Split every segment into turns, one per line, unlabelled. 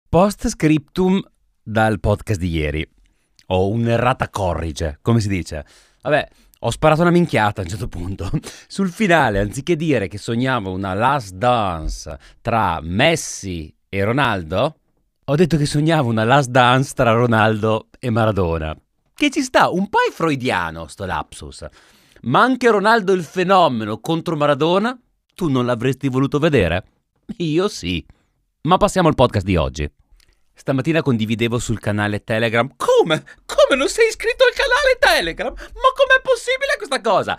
Post scriptum dal podcast di ieri. Ho un'errata corrige, come si dice? Vabbè, ho sparato una minchiata a un certo punto. Sul finale, anziché dire che sognavo una last dance tra Messi e Ronaldo, ho detto che sognavo una last dance tra Ronaldo e Maradona. Che ci sta, un po' è freudiano sto lapsus. Ma anche Ronaldo il fenomeno contro Maradona, tu non l'avresti voluto vedere? Io sì. Ma passiamo al podcast di oggi. Stamattina condividevo sul canale Telegram. Come? Come non sei iscritto al canale Telegram? Ma com'è possibile questa cosa?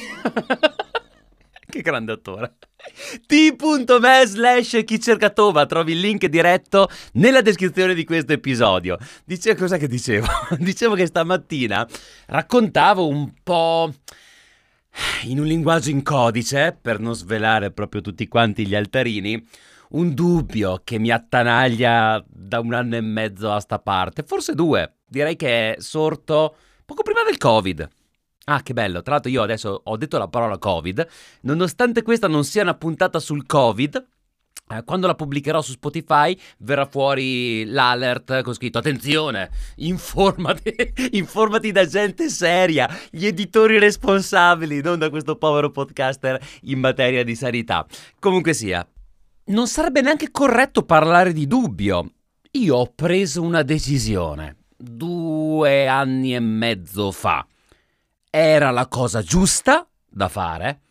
Che grande attore. t.me/chicercatova. Trovi il link diretto nella descrizione di questo episodio. Cos'è che dicevo? Dicevo che stamattina raccontavo un po' in un linguaggio in codice, per non svelare proprio tutti quanti gli altarini, un dubbio che mi attanaglia da 1 anno e mezzo a sta parte, forse 2, direi che è sorto poco prima del Covid. Ah, che bello, tra l'altro io adesso ho detto la parola Covid, nonostante questa non sia una puntata sul Covid, quando la pubblicherò su Spotify verrà fuori l'alert con scritto attenzione, informati da gente seria, gli editori responsabili, non da questo povero podcaster in materia di sanità. Comunque sia, non sarebbe neanche corretto parlare di dubbio. Io ho preso una decisione 2 anni e mezzo fa. Era la cosa giusta da fare,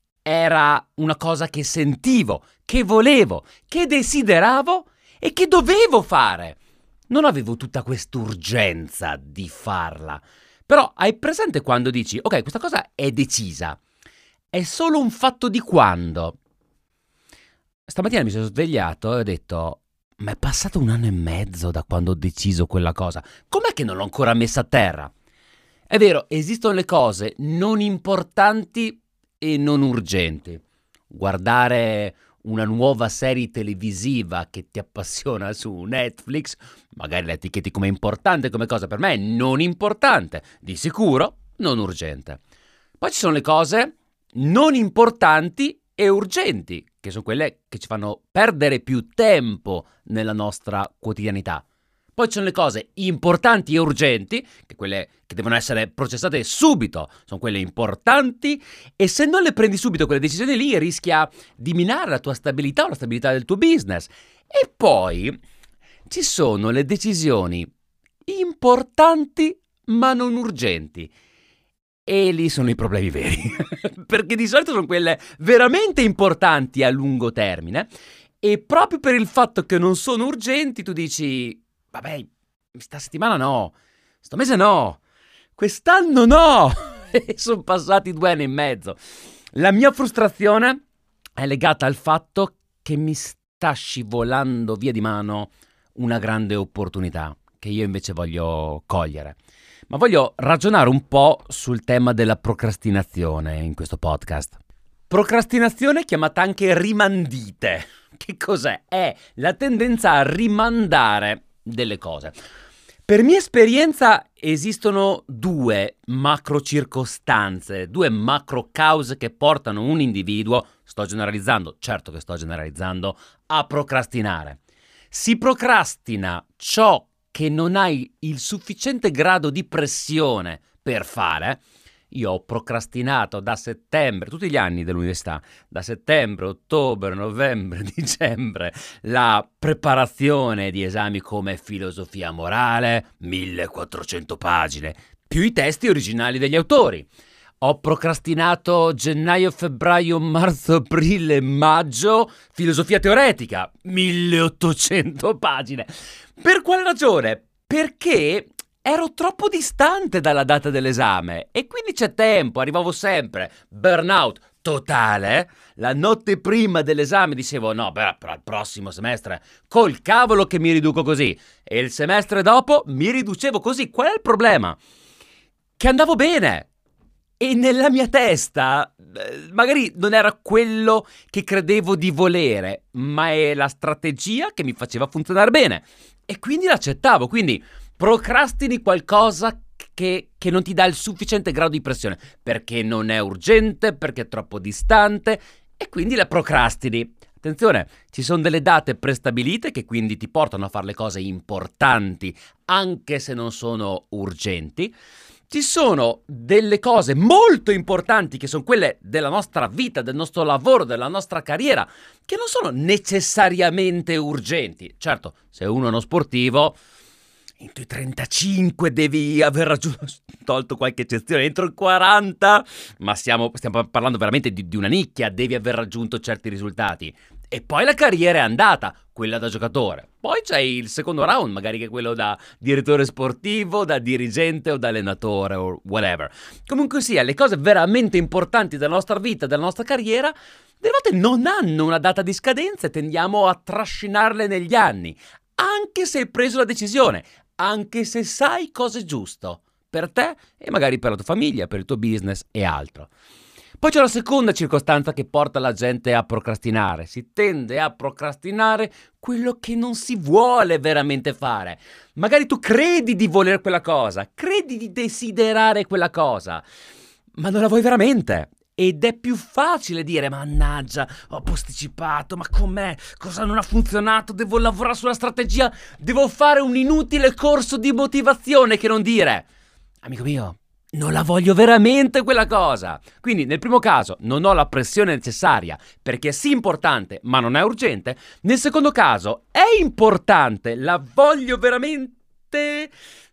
era una cosa che sentivo, che volevo, che desideravo e che dovevo fare. Non avevo tutta quest'urgenza di farla. Però hai presente quando dici, ok, questa cosa è decisa, è solo un fatto di quando. Stamattina mi sono svegliato e ho detto, ma è passato 1 anno e mezzo da quando ho deciso quella cosa. Com'è che non l'ho ancora messa a terra? È vero, esistono le cose non importanti e non urgenti. Guardare una nuova serie televisiva che ti appassiona su Netflix, magari la etichetti come importante, come cosa per me è non importante, di sicuro non urgente. Poi ci sono le cose non importanti e urgenti, che sono quelle che ci fanno perdere più tempo nella nostra quotidianità. Poi ci sono le cose importanti e urgenti, che quelle che devono essere processate subito, sono quelle importanti, e se non le prendi subito quelle decisioni lì rischia di minare la tua stabilità o la stabilità del tuo business. E poi ci sono le decisioni importanti ma non urgenti. E lì sono i problemi veri, perché di solito sono quelle veramente importanti a lungo termine e proprio per il fatto che non sono urgenti tu dici, vabbè, sta settimana no, sto mese no, quest'anno no, e sono passati 2 anni e mezzo. La mia frustrazione è legata al fatto che mi sta scivolando via di mano una grande opportunità che io invece voglio cogliere. Ma voglio ragionare un po' sul tema della procrastinazione in questo podcast. Procrastinazione chiamata anche rimandite. Che cos'è? È la tendenza a rimandare delle cose. Per mia esperienza esistono 2 macro circostanze, 2 macro cause che portano un individuo, sto generalizzando, certo che sto generalizzando, a procrastinare. Si procrastina ciò che non hai il sufficiente grado di pressione per fare. Io ho procrastinato da settembre, tutti gli anni dell'università, da settembre, ottobre, novembre, dicembre, la preparazione di esami come filosofia morale, 1400 pagine, più i testi originali degli autori. Ho procrastinato gennaio, febbraio, marzo, aprile, maggio, filosofia teoretica, 1800 pagine. Per quale ragione? Perché ero troppo distante dalla data dell'esame e quindi c'è tempo, arrivavo sempre, burnout totale. La notte prima dell'esame dicevo no, per il prossimo semestre col cavolo che mi riduco così, e il semestre dopo mi riducevo così. Qual è il problema? Che andavo bene. E nella mia testa magari non era quello che credevo di volere, ma è la strategia che mi faceva funzionare bene. E quindi l'accettavo. Quindi procrastini qualcosa che non ti dà il sufficiente grado di pressione, perché non è urgente, perché è troppo distante, e quindi la procrastini. Attenzione, ci sono delle date prestabilite che quindi ti portano a fare le cose importanti anche se non sono urgenti. Ci sono delle cose molto importanti che sono quelle della nostra vita, del nostro lavoro, della nostra carriera, che non sono necessariamente urgenti. Certo, se uno è uno sportivo, entro i 35 devi aver raggiunto, tolto qualche eccezione, entro i 40, ma stiamo parlando veramente di una nicchia, devi aver raggiunto certi risultati. E poi la carriera è andata, quella da giocatore. Poi c'è il secondo round, magari che è quello da direttore sportivo, da dirigente o da allenatore o whatever. Comunque sia, le cose veramente importanti della nostra vita, della nostra carriera, delle volte non hanno una data di scadenza e tendiamo a trascinarle negli anni, anche se hai preso la decisione, anche se sai cosa è giusto per te e magari per la tua famiglia, per il tuo business e altro. Poi c'è la seconda circostanza che porta la gente a procrastinare. Si tende a procrastinare quello che non si vuole veramente fare. Magari tu credi di voler quella cosa, credi di desiderare quella cosa, ma non la vuoi veramente. Ed è più facile dire, mannaggia, ho posticipato, ma com'è? Cosa non ha funzionato? Devo lavorare sulla strategia, devo fare un inutile corso di motivazione, che non dire, amico mio, non la voglio veramente quella cosa. Quindi nel primo caso non ho la pressione necessaria perché è sì importante ma non è urgente. Nel secondo caso è importante, la voglio veramente?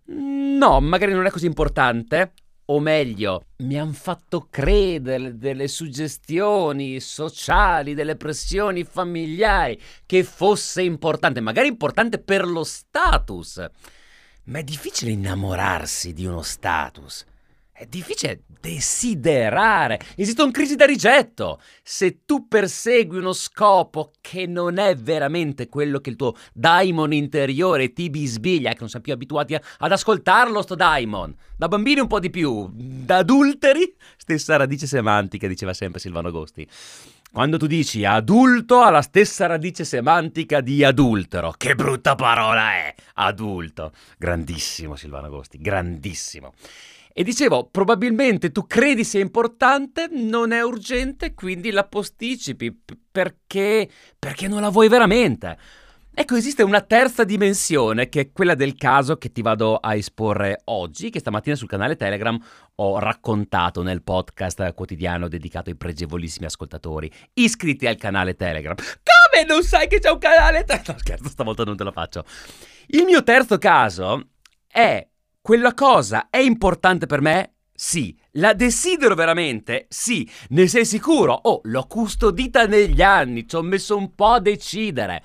No, magari non è così importante. O meglio, mi hanno fatto credere delle suggestioni sociali, delle pressioni familiari che fosse importante, magari importante per lo status. Ma è difficile innamorarsi di uno status. È difficile desiderare. Esistono crisi da rigetto. Se tu persegui uno scopo che non è veramente quello che il tuo daimon interiore ti bisbiglia, che non siamo più abituati ad ascoltarlo sto daimon. Da bambini un po' di più, da adulteri, stessa radice semantica, diceva sempre Silvano Agosti. Quando tu dici adulto ha la stessa radice semantica di adultero. Che brutta parola è, adulto. Grandissimo Silvano Agosti, grandissimo. E dicevo, probabilmente tu credi sia importante, non è urgente, quindi la posticipi, perché non la vuoi veramente. Ecco, esiste una terza dimensione, che è quella del caso che ti vado a esporre oggi, che stamattina sul canale Telegram ho raccontato nel podcast quotidiano dedicato ai pregevolissimi ascoltatori iscritti al canale Telegram. Come non sai che c'è un canale Telegram? No, scherzo, stavolta non te lo faccio. Il mio terzo caso è: quella cosa è importante per me? Sì. La desidero veramente? Sì. Ne sei sicuro? Oh, l'ho custodita negli anni, ci ho messo un po' a decidere.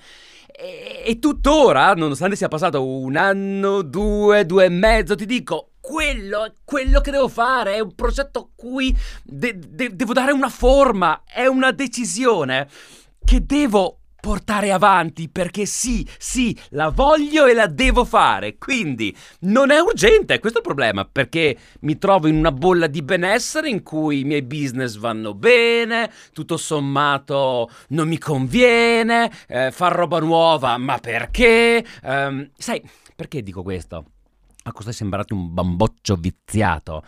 E tuttora, nonostante sia passato un anno, due e mezzo, ti dico, quello che devo fare, è un progetto a cui devo dare una forma, è una decisione che devo portare avanti perché sì, la voglio e la devo fare, quindi non è urgente, questo è il problema, perché mi trovo in una bolla di benessere in cui i miei business vanno bene, tutto sommato non mi conviene, far roba nuova, ma perché? Sai, perché dico questo? A cosa sembrate un bamboccio viziato?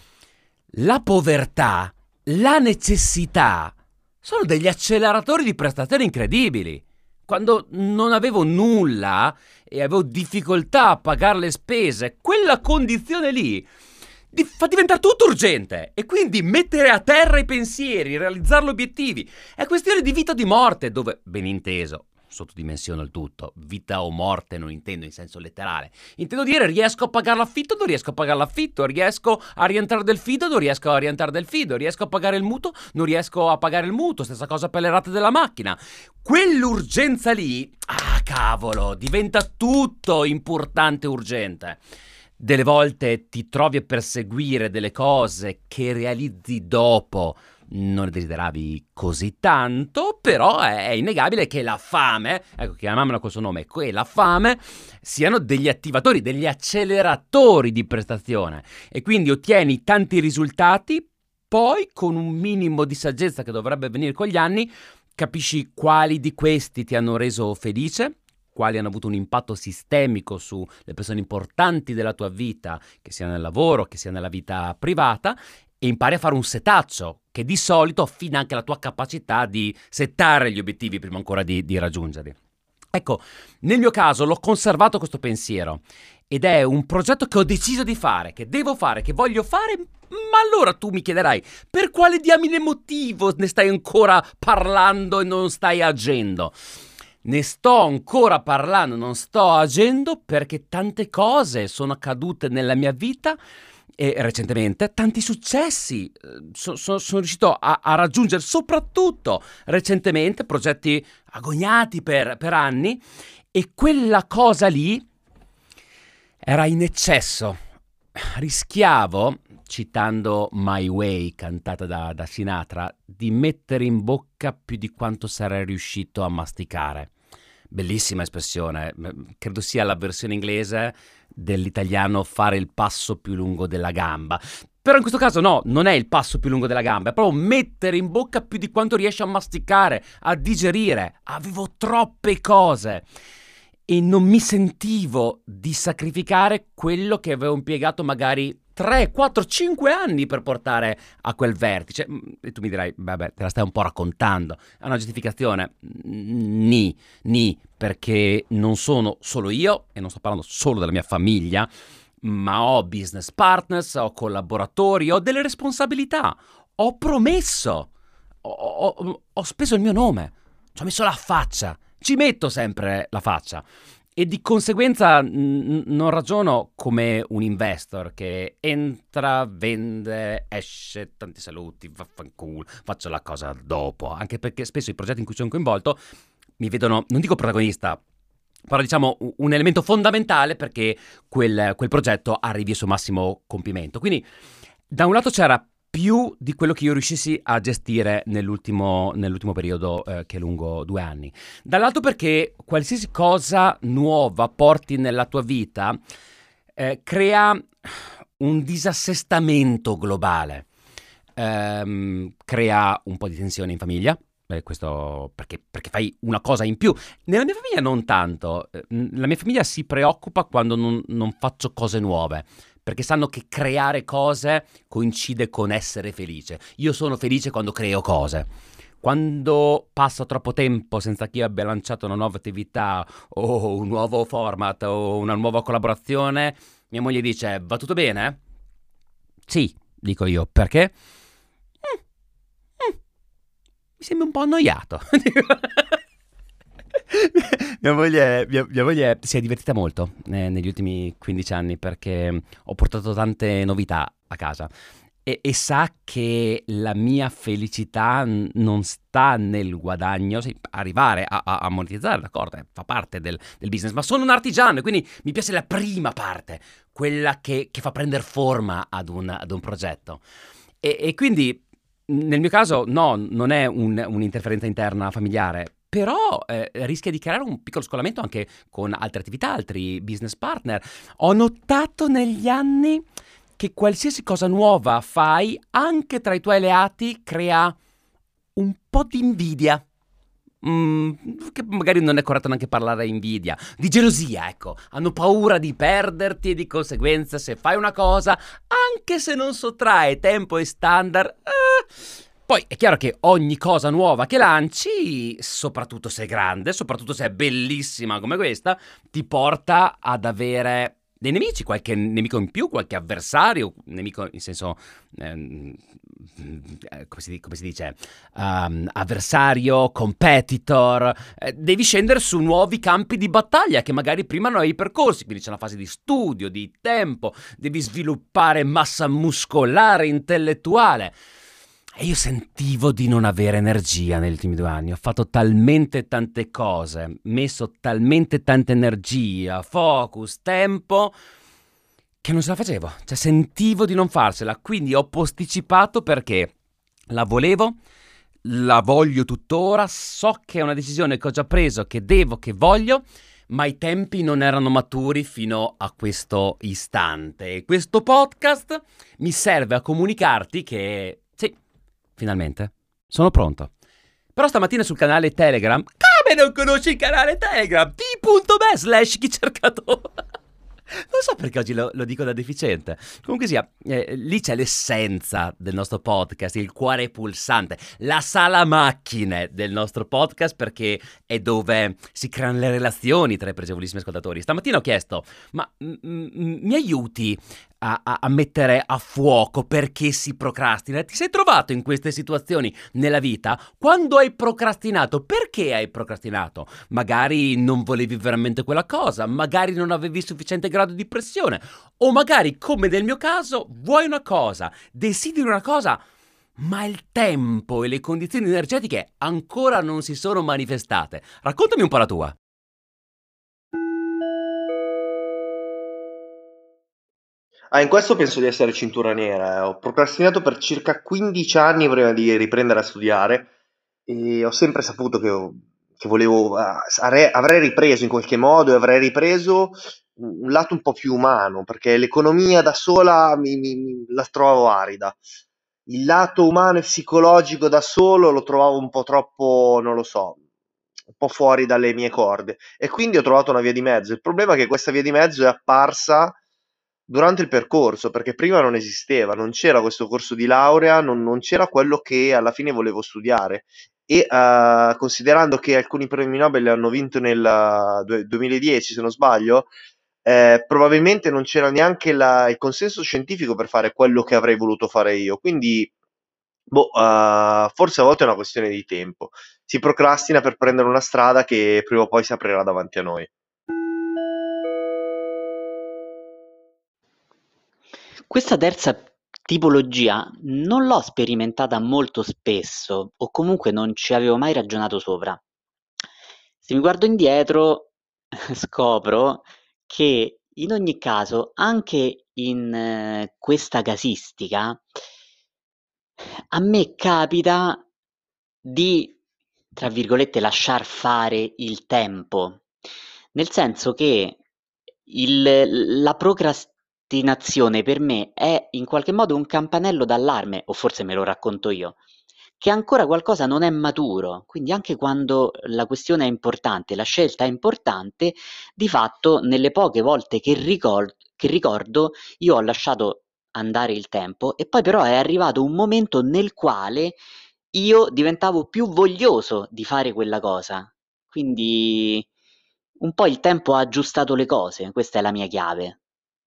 La povertà, la necessità sono degli acceleratori di prestazioni incredibili. Quando non avevo nulla e avevo difficoltà a pagare le spese, quella condizione lì fa diventare tutto urgente. E quindi mettere a terra i pensieri, realizzare gli obiettivi, è questione di vita o di morte, dove, ben inteso, sottodimensiono il tutto, vita o morte non intendo in senso letterale, intendo dire riesco a pagare l'affitto, non riesco a pagare l'affitto, riesco a rientrare del fido, non riesco a rientrare del fido, riesco a pagare il mutuo, non riesco a pagare il mutuo, stessa cosa per le rate della macchina. Quell'urgenza lì, ah cavolo, diventa tutto importante e urgente. Delle volte ti trovi a perseguire delle cose che realizzi dopo, non ne desideravi così tanto, però è innegabile che la fame, ecco, chiamiamola col suo nome, la fame, siano degli attivatori, degli acceleratori di prestazione, e quindi ottieni tanti risultati, poi con un minimo di saggezza che dovrebbe venire con gli anni, capisci quali di questi ti hanno reso felice, quali hanno avuto un impatto sistemico sulle persone importanti della tua vita, che sia nel lavoro, che sia nella vita privata, e impari a fare un setaccio che di solito affina anche la tua capacità di settare gli obiettivi prima ancora di raggiungerli. Ecco, nel mio caso l'ho conservato questo pensiero ed è un progetto che ho deciso di fare, che devo fare, che voglio fare, ma allora tu mi chiederai per quale diamine motivo ne stai ancora parlando e non stai agendo? Ne sto ancora parlando, non sto agendo perché tante cose sono accadute nella mia vita e recentemente tanti successi sono riuscito a raggiungere, soprattutto recentemente, progetti agognati per anni, e quella cosa lì era in eccesso. Rischiavo, citando My Way cantata da Sinatra, di mettere in bocca più di quanto sarei riuscito a masticare. Bellissima espressione, credo sia la versione inglese dell'italiano fare il passo più lungo della gamba. Però in questo caso no, non è il passo più lungo della gamba, è proprio mettere in bocca più di quanto riesci a masticare, a digerire. Avevo troppe cose e non mi sentivo di sacrificare quello che avevo impiegato magari 3, 4, 5 anni per portare a quel vertice. E tu mi dirai, vabbè, te la stai un po' raccontando. È una giustificazione? Perché non sono solo io, e non sto parlando solo della mia famiglia, ma ho business partners, ho collaboratori, ho delle responsabilità, ho promesso, ho speso il mio nome, ci ho messo la faccia, ci metto sempre la faccia. E di conseguenza non ragiono come un investor che entra, vende, esce, tanti saluti, vaffanculo, faccio la cosa dopo. Anche perché spesso i progetti in cui sono coinvolto mi vedono, non dico protagonista, però diciamo un elemento fondamentale perché quel progetto arrivi al suo massimo compimento. Quindi da un lato c'era più di quello che io riuscissi a gestire nell'ultimo periodo che è lungo 2 anni. Dall'altro perché qualsiasi cosa nuova porti nella tua vita crea un disassestamento globale, crea un po' di tensione in famiglia. Questo perché fai una cosa in più. Nella mia famiglia non tanto. La mia famiglia si preoccupa quando non faccio cose nuove, perché sanno che creare cose coincide con essere felice. Io sono felice quando creo cose. Quando passo troppo tempo senza che io abbia lanciato una nuova attività o un nuovo format o una nuova collaborazione, mia moglie dice: va tutto bene? Sì, dico io. Perché? Mi sembra un po' annoiato. Mia moglie si è divertita molto negli ultimi 15 anni perché ho portato tante novità a casa e sa che la mia felicità non sta nel guadagno, sì, arrivare a monetizzare, d'accordo, fa parte del business, ma sono un artigiano e quindi mi piace la prima parte, quella che fa prendere forma ad un progetto. E quindi nel mio caso no, non è un'interferenza interna familiare, però rischia di creare un piccolo scollamento anche con altre attività, altri business partner. Ho notato negli anni che qualsiasi cosa nuova fai, anche tra i tuoi alleati, crea un po' di invidia. Che magari non è corretto neanche parlare di invidia, di gelosia, ecco. Hanno paura di perderti e di conseguenza se fai una cosa, anche se non sottrae tempo e standard, poi è chiaro che ogni cosa nuova che lanci, soprattutto se è grande, soprattutto se è bellissima come questa, ti porta ad avere dei nemici, qualche nemico in più, qualche avversario, nemico in senso, come si dice, avversario, competitor, devi scendere su nuovi campi di battaglia che magari prima non avevi percorsi, quindi c'è una fase di studio, di tempo, devi sviluppare massa muscolare, intellettuale. E io sentivo di non avere energia negli ultimi 2 anni. Ho fatto talmente tante cose, messo talmente tanta energia, focus, tempo, che non ce la facevo. Cioè sentivo di non farsela. Quindi ho posticipato perché la volevo, la voglio tuttora, so che è una decisione che ho già preso, che devo, che voglio, ma i tempi non erano maturi fino a questo istante. E questo podcast mi serve a comunicarti che... sì, finalmente sono pronto. Però stamattina sul canale Telegram... Come non conosci il canale Telegram? t.me/chi cercato Non so perché oggi lo dico da deficiente. Comunque sia, lì c'è l'essenza del nostro podcast, il cuore pulsante, la sala macchine del nostro podcast, perché è dove si creano le relazioni tra i pregevolissimi ascoltatori. Stamattina ho chiesto, ma mi aiuti a mettere a fuoco perché si procrastina? Ti sei trovato in queste situazioni nella vita? Quando hai procrastinato? Perché hai procrastinato? Magari non volevi veramente quella cosa, magari non avevi sufficiente grado di pressione, o magari, come nel mio caso, vuoi una cosa, desideri una cosa, ma il tempo e le condizioni energetiche ancora non si sono manifestate. Raccontami un po' la tua.
In questo penso di essere cintura nera. Ho procrastinato per circa 15 anni prima di riprendere a studiare e ho sempre saputo che volevo, avrei ripreso in qualche modo e avrei ripreso un lato un po' più umano, perché l'economia da sola la trovavo arida. Il lato umano e psicologico da solo lo trovavo un po' troppo, non lo so, un po' fuori dalle mie corde. E quindi ho trovato una via di mezzo. Il problema è che questa via di mezzo è apparsa durante il percorso, perché prima non esisteva, non c'era questo corso di laurea, non c'era quello che alla fine volevo studiare. E considerando che alcuni premi Nobel li hanno vinto nel 2010, se non sbaglio, probabilmente non c'era neanche il consenso scientifico per fare quello che avrei voluto fare io. Quindi, boh, forse a volte è una questione di tempo. Si procrastina per prendere una strada che prima o poi si aprirà davanti a noi.
Questa terza tipologia non l'ho sperimentata molto spesso, o comunque non ci avevo mai ragionato sopra. Se mi guardo indietro, scopro che in ogni caso, anche in questa casistica, a me capita di, tra virgolette, lasciar fare il tempo, nel senso che la procrastinazione per me è in qualche modo un campanello d'allarme, o forse me lo racconto io, che ancora qualcosa non è maturo, quindi anche quando la questione è importante, la scelta è importante, di fatto nelle poche volte che ricordo io ho lasciato andare il tempo e poi però è arrivato un momento nel quale io diventavo più voglioso di fare quella cosa. Quindi un po' il tempo ha aggiustato le cose, questa è la mia chiave.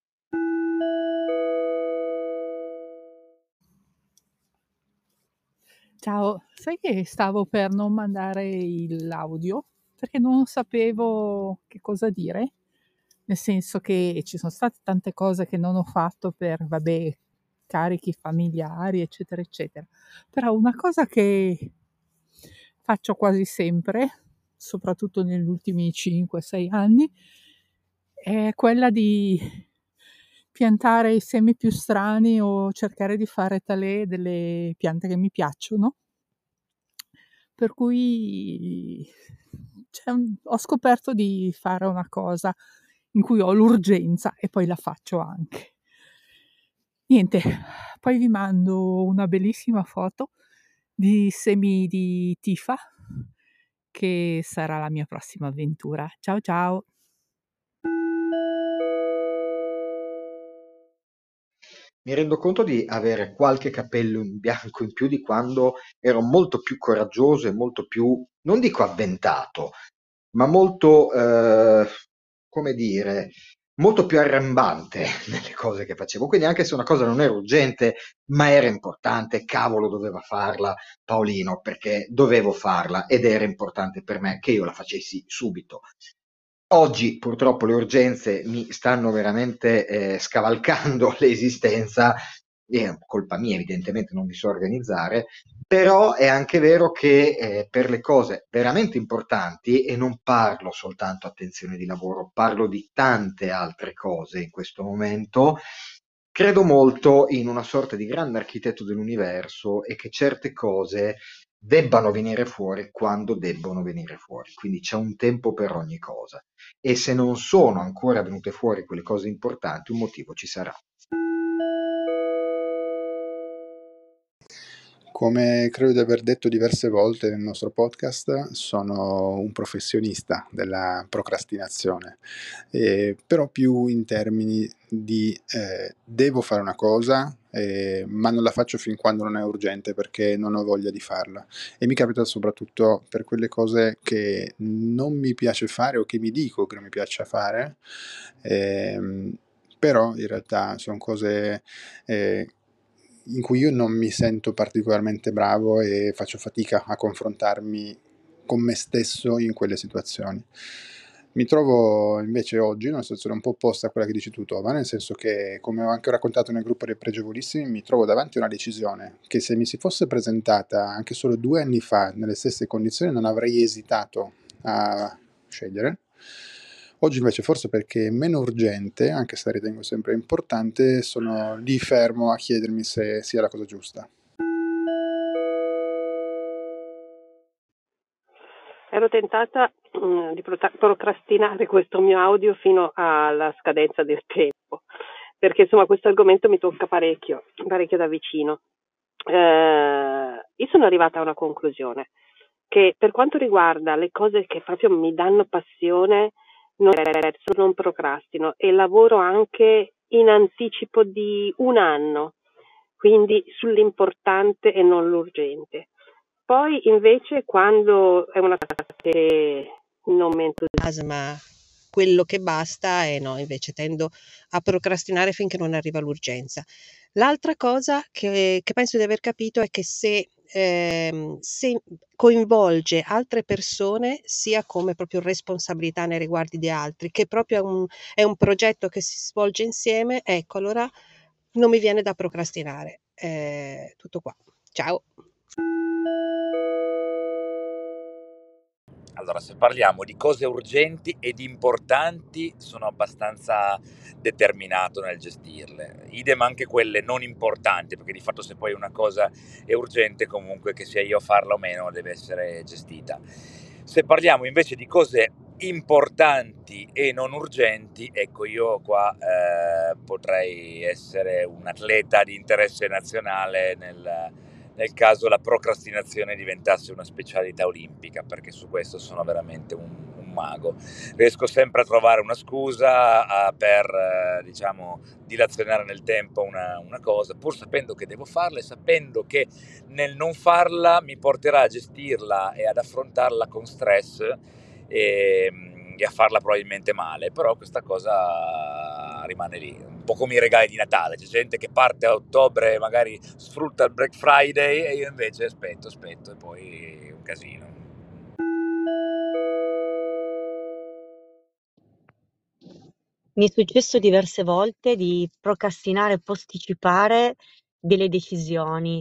Ciao, sai che stavo per non mandare l'audio perché non sapevo che cosa dire, nel senso che ci sono state tante cose che non ho fatto per, vabbè, carichi familiari, eccetera, eccetera. Però una cosa che faccio quasi sempre, soprattutto negli ultimi 5-6 anni, è quella di piantare i semi più strani o cercare di fare talè delle piante che mi piacciono. Per cui ho scoperto di fare una cosa in cui ho l'urgenza e poi la faccio anche. Niente, poi vi mando una bellissima foto di semi di tifa, che sarà la mia prossima avventura. Ciao ciao!
Mi rendo conto di avere qualche capello in bianco in più di quando ero molto più coraggioso e molto più, non dico avventato, ma molto, come dire, molto più arrembante nelle cose che facevo. Quindi anche se una cosa non era urgente, ma era importante, cavolo, doveva farla Paolino, perché dovevo farla ed era importante per me che io la facessi subito. Oggi purtroppo le urgenze mi stanno veramente scavalcando l'esistenza, è colpa mia evidentemente, non mi so organizzare, però è anche vero che per le cose veramente importanti, e non parlo soltanto attenzione di lavoro, parlo di tante altre cose in questo momento, credo molto in una sorta di grande architetto dell'universo e che certe cose debbano venire fuori quando debbono venire fuori, quindi c'è un tempo per ogni cosa e se non sono ancora venute fuori quelle cose importanti, un motivo ci sarà.
Come credo di aver detto diverse volte nel nostro podcast, sono un professionista della procrastinazione, però più in termini di devo fare una cosa, ma non la faccio fin quando non è urgente perché non ho voglia di farla. E mi capita soprattutto per quelle cose che non mi piace fare o che mi dico che non mi piace fare, ehm, però in realtà sono cose in cui io non mi sento particolarmente bravo e faccio fatica a confrontarmi con me stesso in quelle situazioni. Mi trovo invece oggi in una situazione un po' opposta a quella che dici tu, Tova, nel senso che, come ho anche raccontato nel gruppo dei Pregevolissimi, mi trovo davanti a una decisione che se mi si fosse presentata anche solo 2 anni fa nelle stesse condizioni non avrei esitato a scegliere. Oggi invece, forse perché è meno urgente, anche se la ritengo sempre importante, sono lì fermo a chiedermi se sia la cosa giusta.
Ero tentata di procrastinare questo mio audio fino alla scadenza del tempo, perché insomma questo argomento mi tocca parecchio da vicino. Io sono arrivata a una conclusione, che per quanto riguarda le cose che proprio mi danno passione, non procrastino e lavoro anche in anticipo di 1 anno, quindi sull'importante e non l'urgente. Poi invece quando è una cosa che non mi entusiasma quello che basta e no, invece tendo a procrastinare finché non arriva l'urgenza. L'altra cosa che penso di aver capito è che se coinvolge altre persone, sia come proprio responsabilità nei riguardi di altri, che proprio è un progetto che si svolge insieme, ecco, allora non mi viene da procrastinare. Tutto qua. Ciao.
Allora, se parliamo di cose urgenti ed importanti, sono abbastanza determinato nel gestirle. Idem anche quelle non importanti, perché di fatto se poi una cosa è urgente, comunque che sia io a farla o meno, deve essere gestita. Se parliamo invece di cose importanti e non urgenti, ecco, io qua potrei essere un atleta di interesse nazionale nel caso la procrastinazione diventasse una specialità olimpica, perché su questo sono veramente un mago. Riesco sempre a trovare una scusa per, diciamo, dilazionare nel tempo una cosa, pur sapendo che devo farla e sapendo che nel non farla mi porterà a gestirla e ad affrontarla con stress e a farla probabilmente male, però questa cosa rimane lì, un po' come i regali di Natale. C'è gente che parte a ottobre e magari sfrutta il Black Friday e io invece aspetto e poi è un casino.
Mi è successo diverse volte di procrastinare e posticipare delle decisioni.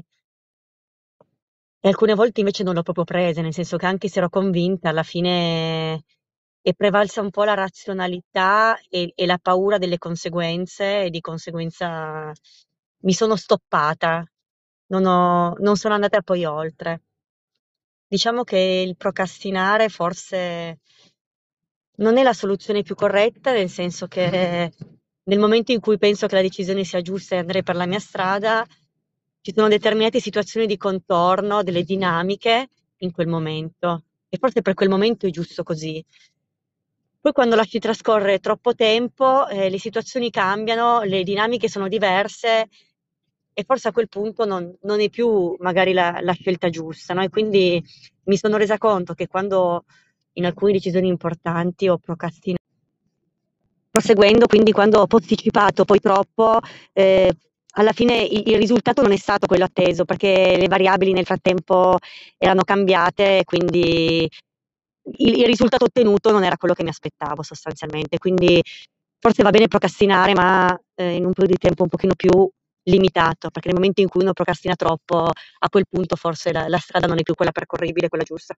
E alcune volte invece non l'ho proprio prese, nel senso che anche se ero convinta, alla fine è prevalsa un po' la razionalità e la paura delle conseguenze e di conseguenza mi sono stoppata, non sono andata poi oltre. Diciamo che il procrastinare forse non è la soluzione più corretta, nel senso che nel momento in cui penso che la decisione sia giusta e andrei per la mia strada, ci sono determinate situazioni di contorno, delle dinamiche in quel momento e forse per quel momento è giusto così. Poi quando lasci trascorrere troppo tempo, le situazioni cambiano, le dinamiche sono diverse e forse a quel punto non è più magari la scelta giusta, no? E quindi mi sono resa conto che quando in alcune decisioni importanti ho procrastinato, proseguendo, quindi quando ho posticipato poi troppo, alla fine il risultato non è stato quello atteso, perché le variabili nel frattempo erano cambiate e quindi il risultato ottenuto non era quello che mi aspettavo sostanzialmente. Quindi forse va bene procrastinare, ma in un periodo di tempo un pochino più limitato, perché nel momento in cui uno procrastina troppo, a quel punto forse la strada non è più quella percorribile, quella giusta.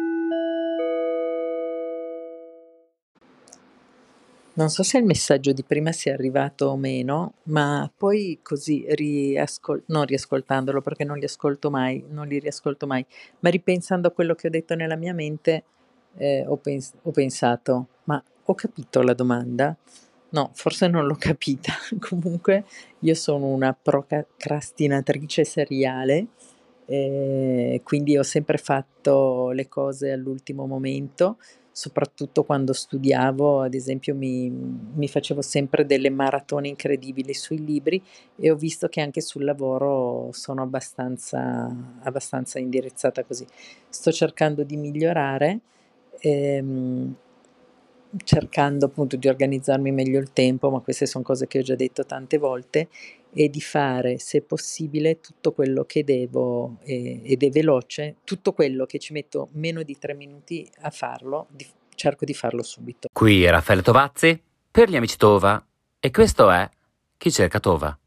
Non so se il messaggio di prima sia arrivato o meno, ma poi così non riascoltandolo perché non li ascolto mai, non li riascolto mai, ma ripensando a quello che ho detto nella mia mente, ho pensato, ma ho capito la domanda? No, forse non l'ho capita. Comunque io sono una procrastinatrice seriale, quindi ho sempre fatto le cose all'ultimo momento, soprattutto quando studiavo. Ad esempio mi facevo sempre delle maratone incredibili sui libri, e ho visto che anche sul lavoro sono abbastanza indirizzata così. Sto cercando di migliorare, ehm, cercando appunto di organizzarmi meglio il tempo, ma queste sono cose che ho già detto tante volte, e di fare, se possibile, tutto quello che devo, ed è veloce, tutto quello che ci metto meno di 3 minuti a farlo, cerco di farlo subito.
Qui è Raffaele Tovazzi per gli amici Tova, e questo è Chi cerca Tova.